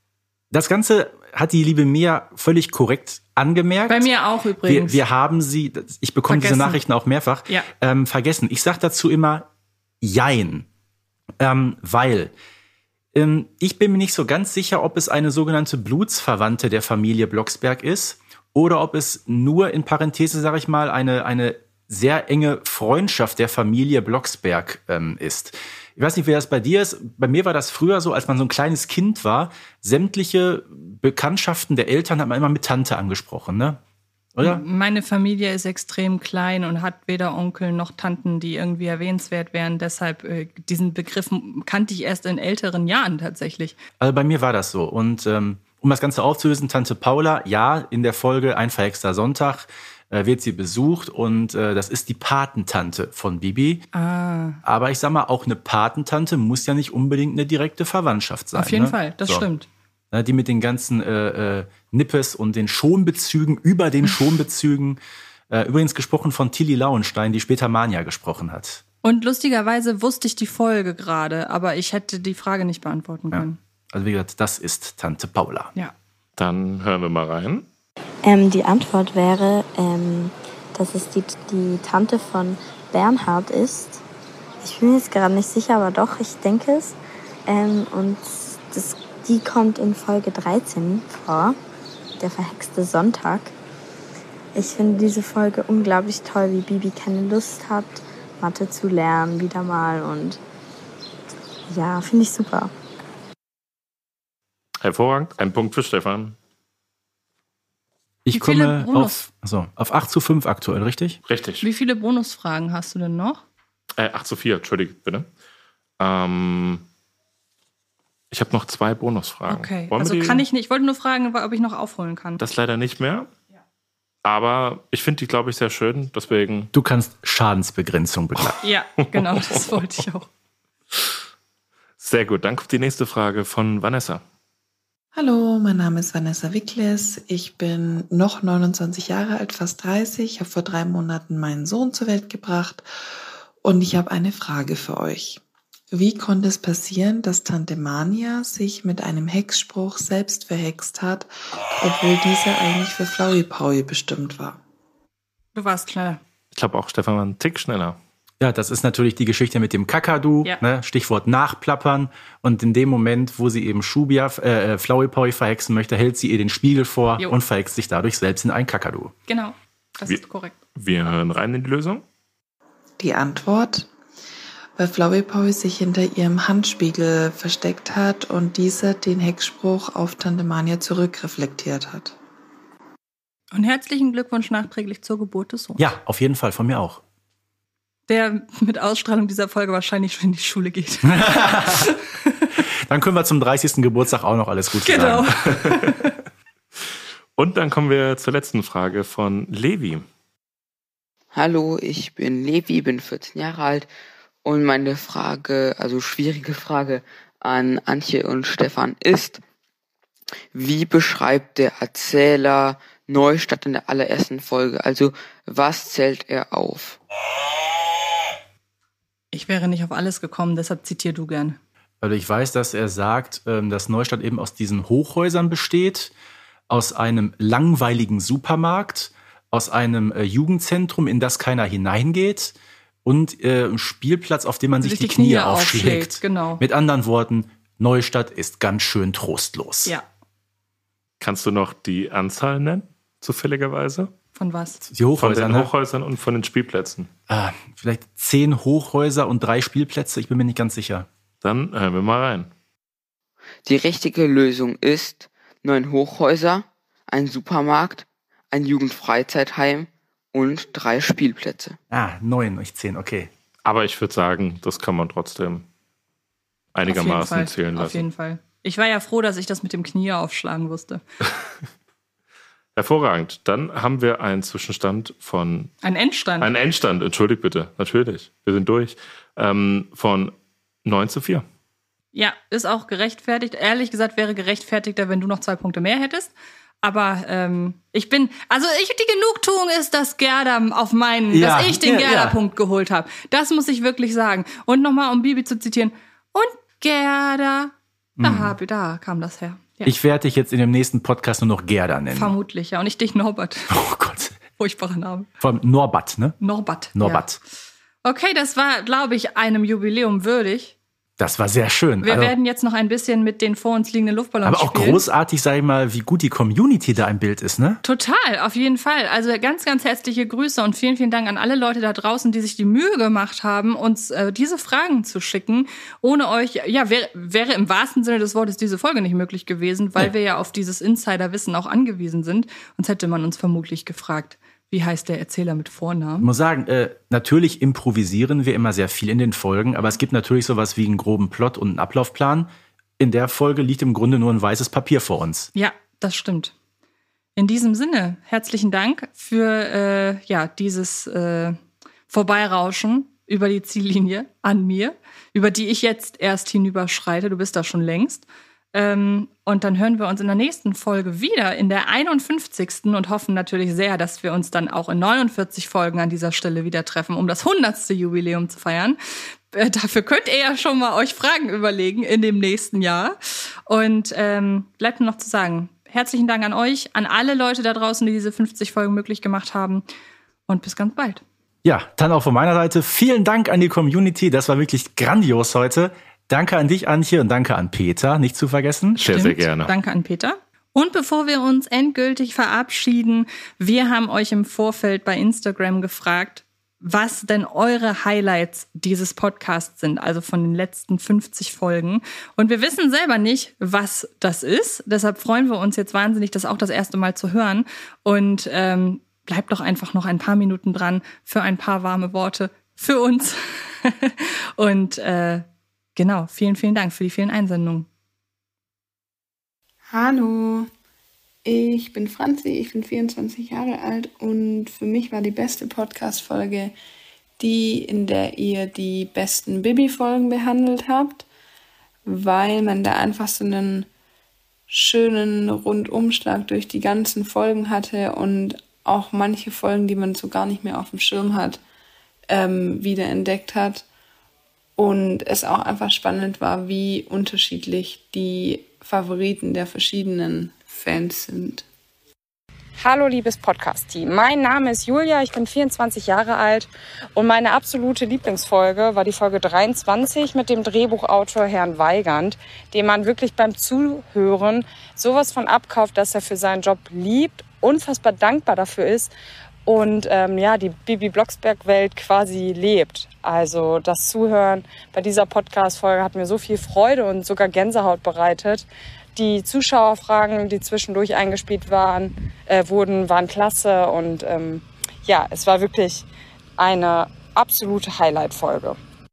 [SPEAKER 4] das Ganze hat die liebe Mia völlig korrekt angemerkt.
[SPEAKER 2] Bei mir auch übrigens.
[SPEAKER 4] Wir, wir haben sie, ich bekomme diese
[SPEAKER 2] Vergessen.
[SPEAKER 4] Nachrichten auch mehrfach,
[SPEAKER 2] Ja.
[SPEAKER 4] ähm, vergessen. Ich sage dazu immer Jein, ähm, weil ähm, ich bin mir nicht so ganz sicher, ob es eine sogenannte Blutsverwandte der Familie Blocksberg ist oder ob es nur in Parenthese, sage ich mal, eine, eine sehr enge Freundschaft der Familie Blocksberg ähm, ist. Ich weiß nicht, wie das bei dir ist. Bei mir war das früher so, als man so ein kleines Kind war. Sämtliche Bekanntschaften der Eltern hat man immer mit Tante angesprochen, ne? Oder?
[SPEAKER 2] Meine Familie ist extrem klein und hat weder Onkel noch Tanten, die irgendwie erwähnenswert wären. Deshalb äh, diesen Begriff kannte ich erst in älteren Jahren tatsächlich.
[SPEAKER 4] Also bei mir war das so. Und ähm, um das Ganze aufzulösen, Tante Paula, ja, in der Folge Ein verhexter Sonntag äh, wird sie besucht und äh, das ist die Patentante von Bibi.
[SPEAKER 2] Ah,
[SPEAKER 4] Aber ich sag mal, auch eine Patentante muss ja nicht unbedingt eine direkte Verwandtschaft sein.
[SPEAKER 2] auf jeden
[SPEAKER 4] ne?
[SPEAKER 2] Fall, das
[SPEAKER 4] So.
[SPEAKER 2] stimmt.
[SPEAKER 4] Ne, die mit den ganzen äh, äh, Nippes und den Schonbezügen, über den Schonbezügen. Äh, übrigens gesprochen von Tilly Lauenstein, die später Mania gesprochen hat.
[SPEAKER 2] Und lustigerweise wusste ich die Folge gerade, aber ich hätte die Frage nicht beantworten
[SPEAKER 4] Ja.
[SPEAKER 2] können.
[SPEAKER 4] Also wie gesagt, das ist Tante Paula.
[SPEAKER 2] Ja.
[SPEAKER 5] Dann hören wir mal rein.
[SPEAKER 13] Ähm, die Antwort wäre, ähm, dass es die, die Tante von Bernhard ist. Ich bin mir jetzt gerade nicht sicher, aber doch, ich denke es. Ähm, und das, die kommt in Folge dreizehn vor, der verhexte Sonntag. Ich finde diese Folge unglaublich toll, wie Bibi keine Lust hat, Mathe zu lernen, wieder mal. Und ja, finde ich super.
[SPEAKER 5] Hervorragend. Ein Punkt für Stefan.
[SPEAKER 4] Ich
[SPEAKER 2] Wie viele
[SPEAKER 4] komme
[SPEAKER 2] Bonus-
[SPEAKER 4] auf, also, auf acht zu fünf aktuell, richtig?
[SPEAKER 5] Richtig.
[SPEAKER 2] Wie viele Bonusfragen hast du denn noch?
[SPEAKER 5] Äh, acht zu vier, entschuldige bitte. Ähm, ich habe noch zwei Bonusfragen.
[SPEAKER 2] Okay,
[SPEAKER 5] Wollen
[SPEAKER 2] also
[SPEAKER 5] wir die-
[SPEAKER 2] kann ich nicht. Ich wollte nur fragen, ob ich noch aufholen kann.
[SPEAKER 5] Das leider nicht mehr. Aber ich finde die, glaube ich, sehr schön. Deswegen.
[SPEAKER 4] Du kannst Schadensbegrenzung begleiten.
[SPEAKER 2] Ja, genau, das wollte ich auch.
[SPEAKER 5] Sehr gut. Dann kommt die nächste Frage von Vanessa.
[SPEAKER 14] Hallo, mein Name ist Vanessa Wickles. Ich bin noch neunundzwanzig Jahre alt, fast dreißig. Ich habe vor drei Monaten meinen Sohn zur Welt gebracht. Und ich habe eine Frage für euch. Wie konnte es passieren, dass Tante Mania sich mit einem Hexspruch selbst verhext hat, obwohl dieser eigentlich für Flowey Powie bestimmt war?
[SPEAKER 2] Du warst schneller.
[SPEAKER 5] Ich glaube auch, Stefan war einen Tick schneller.
[SPEAKER 4] Ja, das ist natürlich die Geschichte mit dem Kakadu,
[SPEAKER 2] Ja.
[SPEAKER 4] ne? Stichwort nachplappern. Und in dem Moment, wo sie eben Shubia, äh, Flowey Powie verhexen möchte, hält sie ihr den Spiegel vor
[SPEAKER 2] Jo.
[SPEAKER 4] und verhext sich dadurch selbst in ein Kakadu.
[SPEAKER 2] Genau, das
[SPEAKER 5] Wie-
[SPEAKER 2] ist korrekt.
[SPEAKER 5] Wir hören rein in die Lösung.
[SPEAKER 14] Die Antwort weil Flowey Powie sich hinter ihrem Handspiegel versteckt hat und dieser den Hexspruch auf Tante Mania zurückreflektiert hat.
[SPEAKER 2] Und herzlichen Glückwunsch nachträglich zur Geburt des Sohnes.
[SPEAKER 4] Ja, auf jeden Fall, von mir auch.
[SPEAKER 2] Der mit Ausstrahlung dieser Folge wahrscheinlich schon in die Schule geht.
[SPEAKER 4] Dann können wir zum dreißigsten Geburtstag auch noch alles gut
[SPEAKER 2] genau.
[SPEAKER 4] sagen.
[SPEAKER 5] Und dann kommen wir zur letzten Frage von Levi.
[SPEAKER 15] Hallo, ich bin Levi, bin vierzehn Jahre alt und meine Frage, also schwierige Frage an Antje und Stefan ist, wie beschreibt der Erzähler Neustadt in der allerersten Folge? Also was zählt er auf?
[SPEAKER 2] Ich wäre nicht auf alles gekommen, deshalb zitier du gern.
[SPEAKER 4] Also ich weiß, dass er sagt, dass Neustadt eben aus diesen Hochhäusern besteht, aus einem langweiligen Supermarkt, aus einem Jugendzentrum, in das keiner hineingeht und äh, einem Spielplatz, auf dem man sich, sich die, die Knie, Knie aufschlägt. aufschlägt.
[SPEAKER 2] Genau.
[SPEAKER 4] Mit anderen Worten, Neustadt ist ganz schön trostlos.
[SPEAKER 2] Ja.
[SPEAKER 5] Kannst du noch die Anzahl nennen, zufälligerweise?
[SPEAKER 2] Von was?
[SPEAKER 4] Die Hochhäuser,
[SPEAKER 5] Von den
[SPEAKER 4] ne?
[SPEAKER 5] Hochhäusern und von den Spielplätzen.
[SPEAKER 4] Ah, vielleicht zehn Hochhäuser und drei Spielplätze, ich bin mir nicht ganz sicher.
[SPEAKER 5] Dann hören wir mal rein.
[SPEAKER 15] Die richtige Lösung ist neun Hochhäuser, ein Supermarkt, ein Jugendfreizeitheim und drei Spielplätze.
[SPEAKER 4] Ah, neun, nicht zehn, okay.
[SPEAKER 5] Aber ich würde sagen, das kann man trotzdem einigermaßen zählen lassen.
[SPEAKER 2] Auf jeden Fall. Ich war ja froh, dass ich das mit dem Knie aufschlagen wusste.
[SPEAKER 5] Hervorragend. Dann haben wir einen Zwischenstand von...
[SPEAKER 2] Ein Endstand.
[SPEAKER 5] Ein Endstand, entschuldigt bitte. Natürlich, wir sind durch. Ähm, von neun zu vier.
[SPEAKER 2] Ja, ist auch gerechtfertigt. Ehrlich gesagt wäre gerechtfertigter, wenn du noch zwei Punkte mehr hättest. Aber ähm, ich bin, also ich, die Genugtuung ist, dass Gerda auf meinen,
[SPEAKER 4] ja,
[SPEAKER 2] dass ich den
[SPEAKER 4] ja,
[SPEAKER 2] Gerda-Punkt
[SPEAKER 4] ja.
[SPEAKER 2] geholt habe. Das muss ich wirklich sagen. Und nochmal, um Bibi zu zitieren. Und Gerda, da,
[SPEAKER 4] Mhm.
[SPEAKER 2] hab, da kam das her. Ja.
[SPEAKER 4] Ich werde dich jetzt in dem nächsten Podcast nur noch Gerda nennen.
[SPEAKER 2] Vermutlich, ja. Und ich dich Norbert.
[SPEAKER 4] Oh Gott.
[SPEAKER 2] Furchtbarer Name.
[SPEAKER 4] Von Norbert, ne?
[SPEAKER 2] Norbert.
[SPEAKER 4] Norbert.
[SPEAKER 2] Ja. Okay, das war, glaube ich, einem Jubiläum würdig.
[SPEAKER 4] Das war sehr schön.
[SPEAKER 2] Wir
[SPEAKER 4] also,
[SPEAKER 2] werden jetzt noch ein bisschen mit den vor uns liegenden Luftballons
[SPEAKER 4] aber auch
[SPEAKER 2] spielen.
[SPEAKER 4] großartig, sag ich mal, wie gut die Community da im Bild ist, ne?
[SPEAKER 2] Total, auf jeden Fall. Also ganz, ganz herzliche Grüße und vielen, vielen Dank an alle Leute da draußen, die sich die Mühe gemacht haben, uns äh, diese Fragen zu schicken. Ohne euch, ja, wäre, wäre im wahrsten Sinne des Wortes diese Folge nicht möglich gewesen, weil ja. wir ja auf dieses Insiderwissen auch angewiesen sind. Sonst hätte man uns vermutlich gefragt, wie heißt der Erzähler mit Vornamen?
[SPEAKER 4] Ich muss sagen, äh, natürlich improvisieren wir immer sehr viel in den Folgen, aber es gibt natürlich sowas wie einen groben Plot und einen Ablaufplan. In der Folge liegt im Grunde nur ein weißes Papier vor uns.
[SPEAKER 2] Ja, das stimmt. In diesem Sinne, herzlichen Dank für äh, ja, dieses äh, Vorbeirauschen über die Ziellinie an mir, über die ich jetzt erst hinüberschreite. Du bist da schon längst. Ähm, und dann hören wir uns in der nächsten Folge wieder, in der einundfünfzigsten und hoffen natürlich sehr, dass wir uns dann auch in neunundvierzig Folgen an dieser Stelle wieder treffen, um das hundertste Jubiläum zu feiern. Äh, dafür könnt ihr ja schon mal euch Fragen überlegen in dem nächsten Jahr. Und ähm, bleibt nur noch zu sagen, herzlichen Dank an euch, an alle Leute da draußen, die diese fünfzig Folgen möglich gemacht haben. Und bis ganz bald.
[SPEAKER 4] Ja, dann auch von meiner Seite vielen Dank an die Community. Das war wirklich grandios heute. Danke an dich, Antje, und danke an Peter, nicht zu vergessen.
[SPEAKER 5] Sehr, sehr gerne.
[SPEAKER 2] Danke an Peter. Und bevor wir uns endgültig verabschieden, wir haben euch im Vorfeld bei Instagram gefragt, was denn eure Highlights dieses Podcasts sind, also von den letzten fünfzig Folgen. Und wir wissen selber nicht, was das ist. Deshalb freuen wir uns jetzt wahnsinnig, das auch das erste Mal zu hören. Und ähm, bleibt doch einfach noch ein paar Minuten dran für ein paar warme Worte für uns. Und äh, genau, vielen, vielen Dank für die vielen Einsendungen.
[SPEAKER 8] Hallo, ich bin Franzi, ich bin vierundzwanzig Jahre alt und für mich war die beste Podcast-Folge die, in der ihr die besten Bibi-Folgen behandelt habt, weil man da einfach so einen schönen Rundumschlag durch die ganzen Folgen hatte und auch manche Folgen, die man so gar nicht mehr auf dem Schirm hat, ähm, wieder entdeckt hat. Und es auch einfach spannend war, wie unterschiedlich die Favoriten der verschiedenen Fans sind.
[SPEAKER 16] Hallo liebes Podcast-Team, mein Name ist Julia, ich bin vierundzwanzig Jahre alt und meine absolute Lieblingsfolge war die Folge dreiundzwanzig mit dem Drehbuchautor Herrn Weigand, dem man wirklich beim Zuhören sowas von abkauft, dass er für seinen Job liebt, unfassbar dankbar dafür ist und ähm, ja, die Bibi Blocksberg-Welt quasi lebt. Also das Zuhören bei dieser Podcast-Folge hat mir so viel Freude und sogar Gänsehaut bereitet. Die Zuschauerfragen, die zwischendurch eingespielt waren, äh, wurden, waren klasse und ähm, ja, es war wirklich eine absolute Highlight-Folge.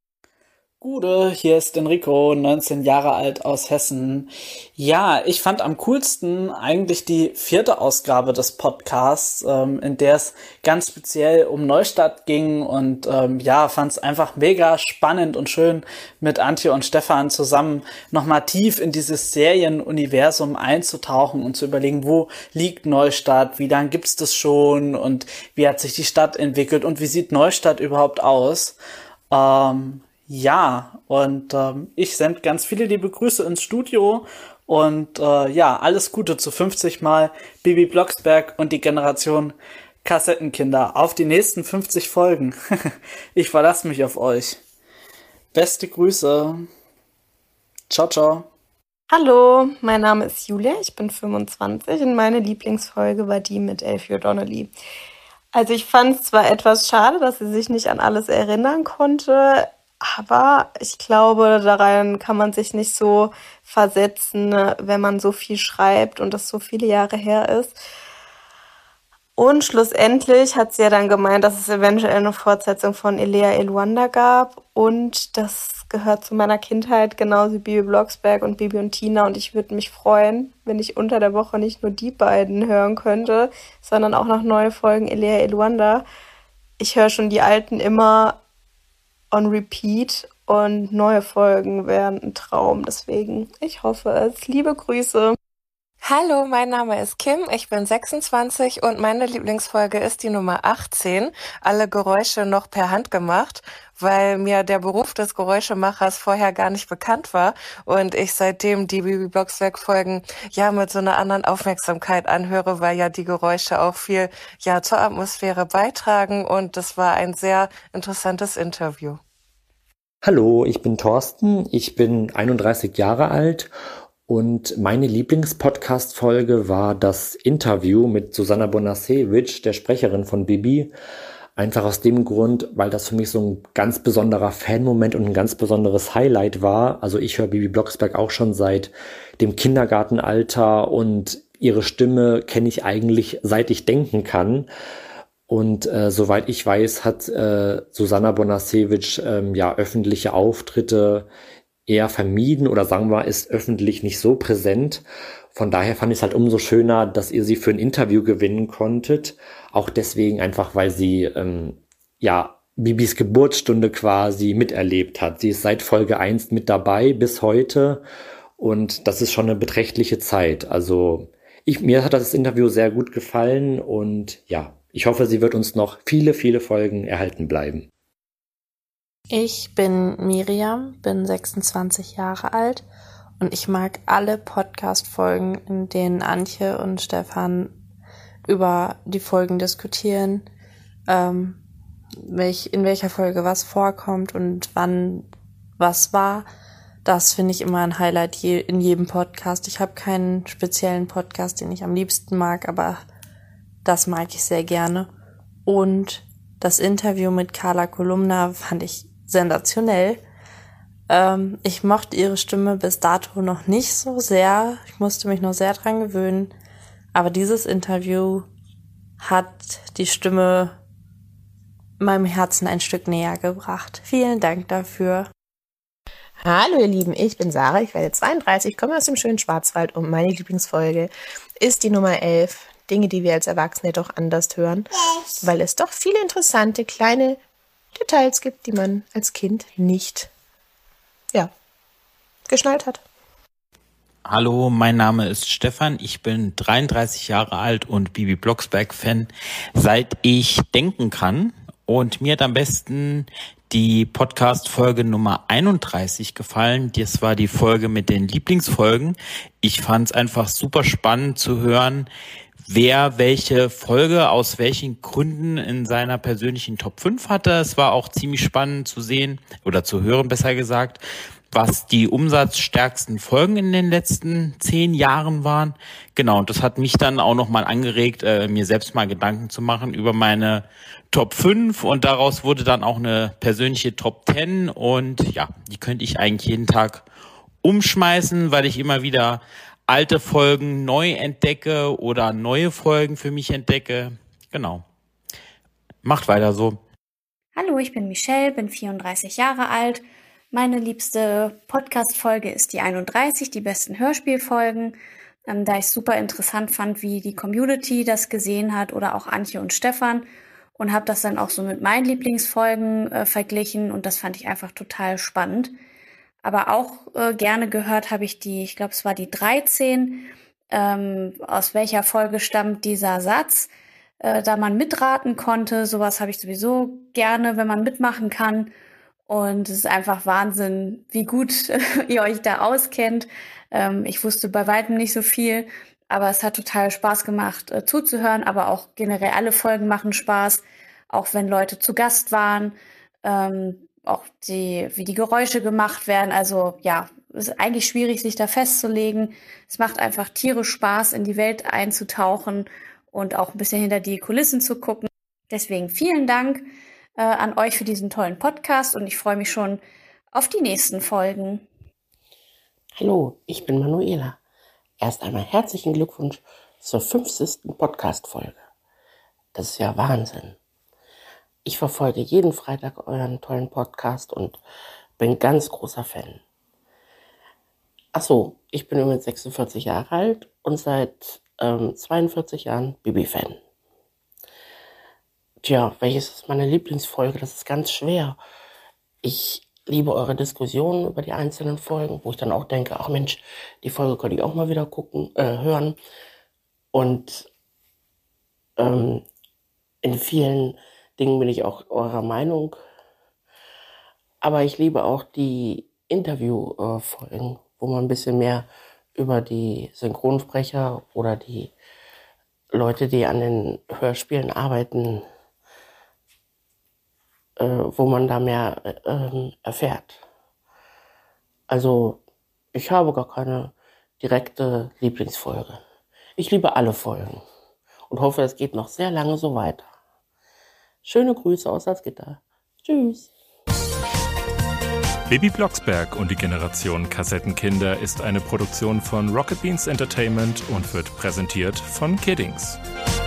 [SPEAKER 17] Gude, hier ist Enrico, neunzehn Jahre alt aus Hessen. Ja, ich fand am coolsten eigentlich die vierte Ausgabe des Podcasts, ähm, in der es ganz speziell um Neustadt ging und ähm, ja, fand es einfach mega spannend und schön, mit Antje und Stefan zusammen nochmal tief in dieses Serienuniversum einzutauchen und zu überlegen, wo liegt Neustadt, wie lange gibt's das schon und wie hat sich die Stadt entwickelt und wie sieht Neustadt überhaupt aus. Ähm, Ja, und ähm, ich sende ganz viele liebe Grüße ins Studio und äh, ja, alles Gute zu fünfzig Mal Bibi Blocksberg und die Generation Kassettenkinder auf die nächsten fünfzig Folgen. Ich verlasse mich auf euch. Beste Grüße. Ciao, ciao.
[SPEAKER 18] Hallo, mein Name ist Julia, ich bin fünfundzwanzig und meine Lieblingsfolge war die mit Elfie O'Donnelly. Also ich fand es zwar etwas schade, dass sie sich nicht an alles erinnern konnte, aber ich glaube, daran kann man sich nicht so versetzen, wenn man so viel schreibt und das so viele Jahre her ist. Und schlussendlich hat sie ja dann gemeint, dass es eventuell eine Fortsetzung von Elea Eluanda gab. Und das gehört zu meiner Kindheit, genauso wie Bibi Blocksberg und Bibi und Tina. Und ich würde mich freuen, wenn ich unter der Woche nicht nur die beiden hören könnte, sondern auch noch neue Folgen Elea Eluanda. Ich höre schon die alten immer on repeat und neue Folgen wären ein Traum. Deswegen, ich hoffe es. Liebe Grüße.
[SPEAKER 19] Hallo, mein Name ist Kim, ich bin sechsundzwanzig und meine Lieblingsfolge ist die Nummer achtzehn. Alle Geräusche noch per Hand gemacht, weil mir der Beruf des Geräuschemachers vorher gar nicht bekannt war und ich seitdem die Bibi Blocksberg-Folgen ja mit so einer anderen Aufmerksamkeit anhöre, weil ja die Geräusche auch viel ja zur Atmosphäre beitragen und das war ein sehr interessantes Interview.
[SPEAKER 20] Hallo, ich bin Thorsten, ich bin einunddreißig Jahre alt und meine Lieblingspodcast-Folge war das Interview mit Susanna Bonasewicz, der Sprecherin von Bibi. Einfach aus dem Grund, weil das für mich so ein ganz besonderer Fanmoment und ein ganz besonderes Highlight war. Also ich höre Bibi Blocksberg auch schon seit dem Kindergartenalter und ihre Stimme kenne ich eigentlich seit ich denken kann. Und äh, soweit ich weiß, hat äh, Susanna Bonasewicz ähm, ja öffentliche Auftritte eher vermieden oder sagen wir, ist öffentlich nicht so präsent. Von daher fand ich es halt umso schöner, dass ihr sie für ein Interview gewinnen konntet. Auch deswegen einfach, weil sie ähm, ja Bibis Geburtsstunde quasi miterlebt hat. Sie ist seit Folge eins mit dabei bis heute und das ist schon eine beträchtliche Zeit. Also ich, mir hat das Interview sehr gut gefallen und ja, ich hoffe, sie wird uns noch viele, viele Folgen erhalten bleiben.
[SPEAKER 21] Ich bin Miriam, bin sechsundzwanzig Jahre alt und ich mag alle Podcast-Folgen, in denen Antje und Stefan über die Folgen diskutieren, ähm, welch, in welcher Folge was vorkommt und wann was war. Das finde ich immer ein Highlight je, in jedem Podcast. Ich habe keinen speziellen Podcast, den ich am liebsten mag, aber das mag ich sehr gerne. Und das Interview mit Carla Kolumna fand ich sensationell. Ähm, ich mochte ihre Stimme bis dato noch nicht so sehr. Ich musste mich noch sehr dran gewöhnen. Aber dieses Interview hat die Stimme meinem Herzen ein Stück näher gebracht. Vielen Dank dafür.
[SPEAKER 22] Hallo ihr Lieben, ich bin Sarah, ich werde zweiunddreißig, komme aus dem schönen Schwarzwald und meine Lieblingsfolge ist die Nummer elf. Dinge, die wir als Erwachsene doch anders hören, weil es doch viele interessante kleine Details gibt, die man als Kind nicht, ja, geschnallt hat.
[SPEAKER 23] Hallo, mein Name ist Stefan, ich bin dreiunddreißig Jahre alt und Bibi Blocksberg-Fan, seit ich denken kann. Und mir hat am besten die Podcast-Folge Nummer einunddreißig gefallen. Das war die Folge mit den Lieblingsfolgen. Ich fand es einfach super spannend zu hören, wer welche Folge aus welchen Gründen in seiner persönlichen Top fünf hatte. Es war auch ziemlich spannend zu sehen oder zu hören, besser gesagt, was die umsatzstärksten Folgen in den letzten zehn Jahren waren. Genau, und das hat mich dann auch nochmal angeregt, äh, mir selbst mal Gedanken zu machen über meine Top fünf und daraus wurde dann auch eine persönliche Top zehn und ja, die könnte ich eigentlich jeden Tag umschmeißen, weil ich immer wieder alte Folgen neu entdecke oder neue Folgen für mich entdecke. Genau. Macht weiter so.
[SPEAKER 1] Hallo, ich bin Michelle, bin vierunddreißig Jahre alt. Meine liebste Podcast-Folge ist die einunddreißig, die besten Hörspielfolgen, ähm, da ich super interessant fand, wie die Community das gesehen hat oder auch Antje und Stefan und habe das dann auch so mit meinen Lieblingsfolgen äh, verglichen und das fand ich einfach total spannend. Aber auch äh, gerne gehört habe ich die, ich glaube es war die dreizehn, ähm, aus welcher Folge stammt dieser Satz, äh, da man mitraten konnte. Sowas habe ich sowieso gerne, wenn man mitmachen kann. Und es ist einfach Wahnsinn, wie gut ihr euch da auskennt. Ähm, ich wusste bei weitem nicht so viel, aber es hat total Spaß gemacht äh, zuzuhören. Aber auch generell alle Folgen machen Spaß, auch wenn Leute zu Gast waren. Ähm, auch die, wie die Geräusche gemacht werden. Also ja, es ist eigentlich schwierig, sich da festzulegen. Es macht einfach tierisch Spaß, in die Welt einzutauchen und auch ein bisschen hinter die Kulissen zu gucken. Deswegen vielen Dank äh, an euch für diesen tollen Podcast und ich freue mich schon auf die nächsten Folgen.
[SPEAKER 12] Hallo, ich bin Manuela. Erst einmal herzlichen Glückwunsch zur fünfzigsten Podcast-Folge. Das ist ja Wahnsinn. Ich verfolge jeden Freitag euren tollen Podcast und bin ganz großer Fan. Ach so, ich bin übrigens sechsundvierzig Jahre alt und seit ähm, zweiundvierzig Jahren Bibi-Fan. Tja, welches ist meine Lieblingsfolge? Das ist ganz schwer. Ich liebe eure Diskussionen über die einzelnen Folgen, wo ich dann auch denke, ach Mensch, die Folge könnte ich auch mal wieder gucken, äh, hören. Und ähm, in vielen Dingen bin ich auch eurer Meinung. Aber ich liebe auch die Interview-Folgen, wo man ein bisschen mehr über die Synchronsprecher oder die Leute, die an den Hörspielen arbeiten, äh, wo man da mehr äh, erfährt. Also ich habe gar keine direkte Lieblingsfolge. Ich liebe alle Folgen und hoffe, es geht noch sehr lange so weiter. Schöne Grüße aus Salzgitter. Tschüss.
[SPEAKER 5] Bibi Blocksberg und die Generation Kassettenkinder ist eine Produktion von Rocket Beans Entertainment und wird präsentiert von Kiddings.